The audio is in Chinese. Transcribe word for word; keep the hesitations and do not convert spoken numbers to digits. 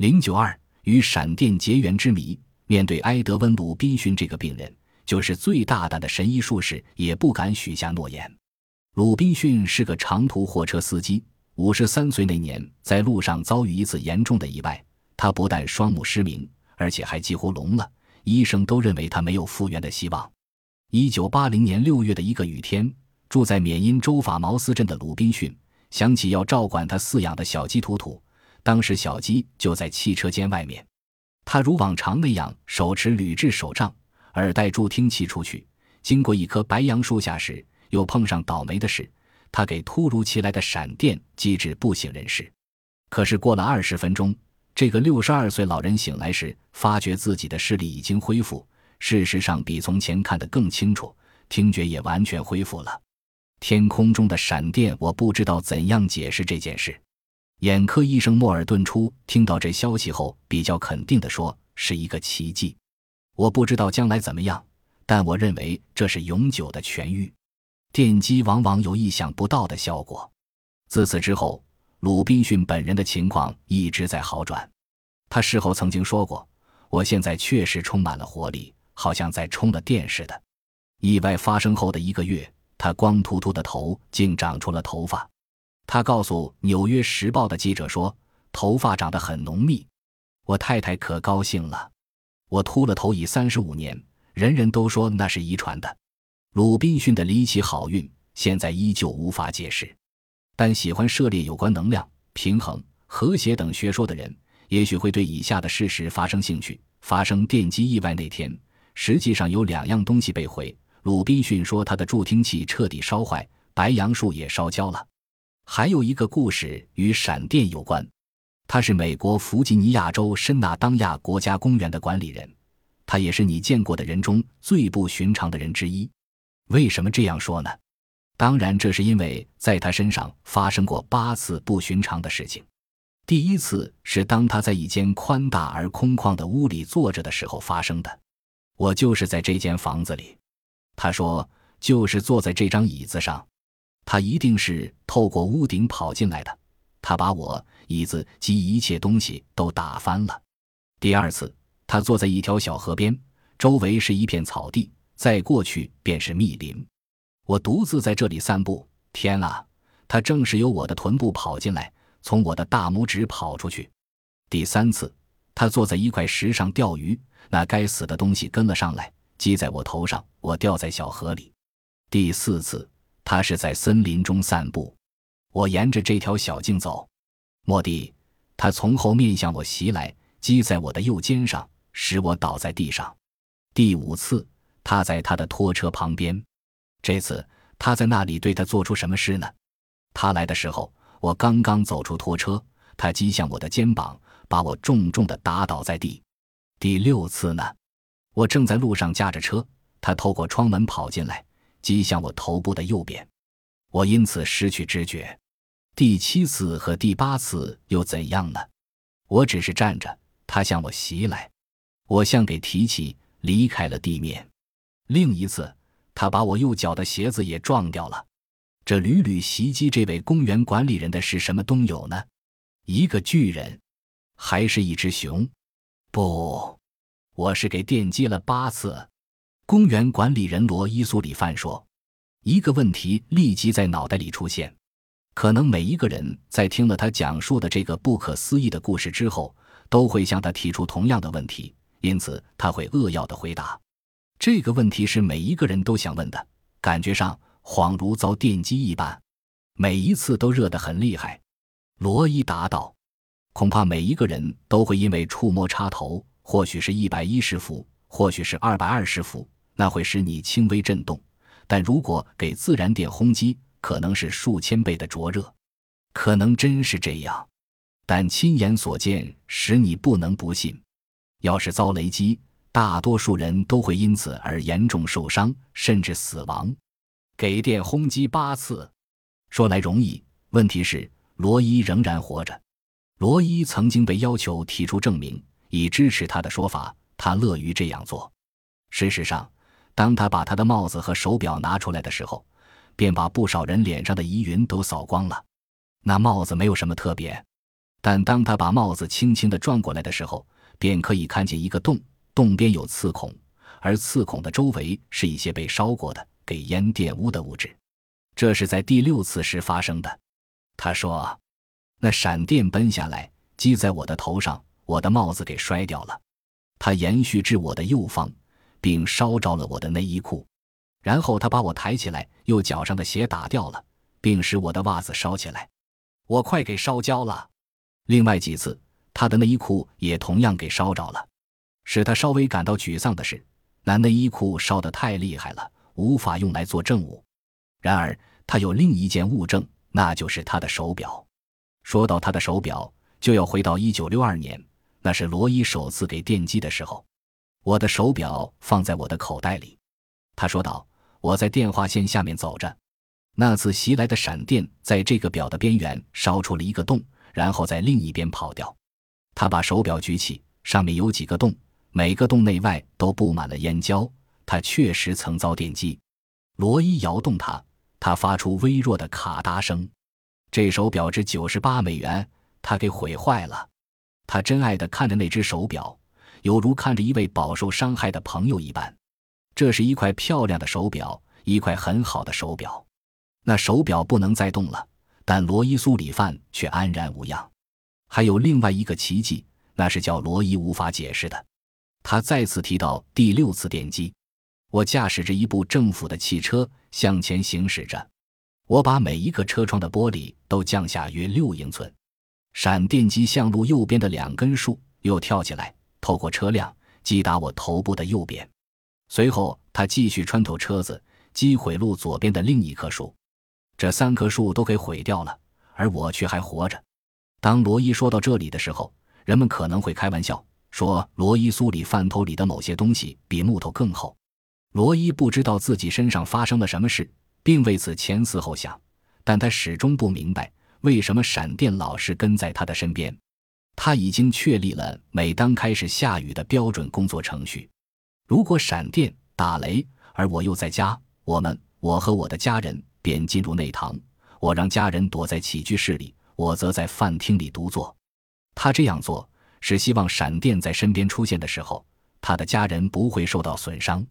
零九二与闪电结缘之谜。面对埃德温·鲁滨逊这个病人，就是最大胆的神医术士也不敢许下诺言。鲁滨逊是个长途货车司机，五十三岁那年在路上遭遇一次严重的意外，他不但双目失明，而且还几乎聋了，医生都认为他没有复原的希望。一九八零年六月的一个雨天，住在缅因州法茅斯镇的鲁滨逊想起要照管他饲养的小鸡图图，当时小鸡就在汽车间外面。他如往常那样手持铝制手杖，耳戴助听器出去，经过一棵白杨树下时，又碰上倒霉的事，他给突如其来的闪电击至不省人事。可是过了二十分钟，这个六十二岁老人醒来时，发觉自己的视力已经恢复，事实上比从前看得更清楚，听觉也完全恢复了。天空中的闪电，我不知道怎样解释这件事。眼科医生莫尔顿初听到这消息后，比较肯定地说，是一个奇迹。我不知道将来怎么样，但我认为这是永久的痊愈。电击往往有意想不到的效果。自此之后，鲁滨逊本人的情况一直在好转。他事后曾经说过，我现在确实充满了活力，好像在充了电似的。意外发生后的一个月，他光秃秃的头竟长出了头发。他告诉《纽约时报》的记者说，头发长得很浓密。我太太可高兴了。我秃了头已三十五年，人人都说那是遗传的。鲁滨逊的离奇好运现在依旧无法解释，但喜欢涉猎有关能量、平衡、和谐等学说的人也许会对以下的事实发生兴趣。发生电击意外那天，实际上有两样东西被毁。鲁滨逊说他的助听器彻底烧坏，白杨树也烧焦了。还有一个故事与闪电有关，他是美国弗吉尼亚州申纳当亚国家公园的管理人，他也是你见过的人中最不寻常的人之一。为什么这样说呢？当然这是因为在他身上发生过八次不寻常的事情。第一次是当他在一间宽大而空旷的屋里坐着的时候发生的。我就是在这间房子里。他说，就是坐在这张椅子上。他一定是透过屋顶跑进来的，他把我、椅子及一切东西都打翻了。第二次，他坐在一条小河边，周围是一片草地，再过去便是密林。我独自在这里散步，天啊，他正是由我的臀部跑进来，从我的大拇指跑出去。第三次，他坐在一块石上钓鱼，那该死的东西跟了上来，击在我头上，我掉在小河里。第四次，他是在森林中散步，我沿着这条小径走，蓦地他从后面向我袭来，击在我的右肩上，使我倒在地上。第五次，他在他的拖车旁边，这次他在那里对他做出什么事呢？他来的时候，我刚刚走出拖车，他击向我的肩膀，把我重重地打倒在地。第六次呢？我正在路上驾着车，他透过窗门跑进来，击向我头部的右边，我因此失去知觉。第七次和第八次又怎样呢？我只是站着，他向我袭来，我像给提起，离开了地面。另一次，他把我右脚的鞋子也撞掉了。这屡屡袭击这位公园管理人的是什么东友呢？一个巨人，还是一只熊？不，我是给电击了八次。公园管理人罗伊苏里范说。一个问题立即在脑袋里出现，可能每一个人在听了他讲述的这个不可思议的故事之后，都会向他提出同样的问题，因此他会扼要的回答。这个问题是每一个人都想问的，感觉上恍如遭电击一般，每一次都热得很厉害。罗伊答道，恐怕每一个人都会因为触摸插头，或许是一百一十伏，或许是二百二十伏，那会使你轻微震动，但如果给自然电轰击，可能是数千倍的灼热。可能真是这样，但亲眼所见使你不能不信。要是遭雷击，大多数人都会因此而严重受伤，甚至死亡。给电轰击八次，说来容易，问题是罗伊仍然活着。罗伊曾经被要求提出证明，以支持他的说法，他乐于这样做。事实上，当他把他的帽子和手表拿出来的时候，便把不少人脸上的疑云都扫光了。那帽子没有什么特别， 但当他把帽子轻轻地转过来的时候，便可以看见一个洞，洞边有刺孔，而刺孔的周围是一些被烧过的、给烟玷污的物质。这是在第六次时发生的。他说，那闪电奔下来，击在我的头上，我的帽子给摔掉了。它延续至我的右方，并烧着了我的内衣裤。然后他把我抬起来，又脚上的鞋打掉了，并使我的袜子烧起来。我快给烧焦了。另外几次，他的内衣裤也同样给烧着了。使他稍微感到沮丧的是，那内衣裤烧得太厉害了，无法用来做证物。然而他有另一件物证，那就是他的手表。说到他的手表，就要回到一九六二年，那是罗伊首次给电击的时候。我的手表放在我的口袋里。他说道，我在电话线下面走着，那次袭来的闪电在这个表的边缘烧出了一个洞，然后在另一边跑掉。他把手表举起，上面有几个洞，每个洞内外都布满了烟焦，他确实曾遭电击。罗伊摇动它，它发出微弱的卡嗒声。这手表值九十八美元，他给毁坏了。他珍爱地看着那只手表，犹如看着一位饱受伤害的朋友一般。这是一块漂亮的手表，一块很好的手表。那手表不能再动了，但罗伊·苏里范却安然无恙。还有另外一个奇迹，那是叫罗伊无法解释的。他再次提到第六次电击。我驾驶着一部政府的汽车向前行驶着，我把每一个车窗的玻璃都降下约六英寸。闪电击向路右边的两根树，又跳起来，透过车辆击打我头部的右边。随后他继续穿透车子，击毁路左边的另一棵树。这三棵树都给毁掉了，而我却还活着。当罗伊说到这里的时候，人们可能会开玩笑说，罗伊苏里饭头里的某些东西比木头更厚。罗伊不知道自己身上发生了什么事，并为此前思后想，但他始终不明白为什么闪电老是跟在他的身边。他已经确立了每当开始下雨的标准工作程序。如果闪电打雷，而我又在家，我们我和我的家人便进入内堂，我让家人躲在起居室里，我则在饭厅里独坐。他这样做是希望闪电在身边出现的时候，他的家人不会受到损伤。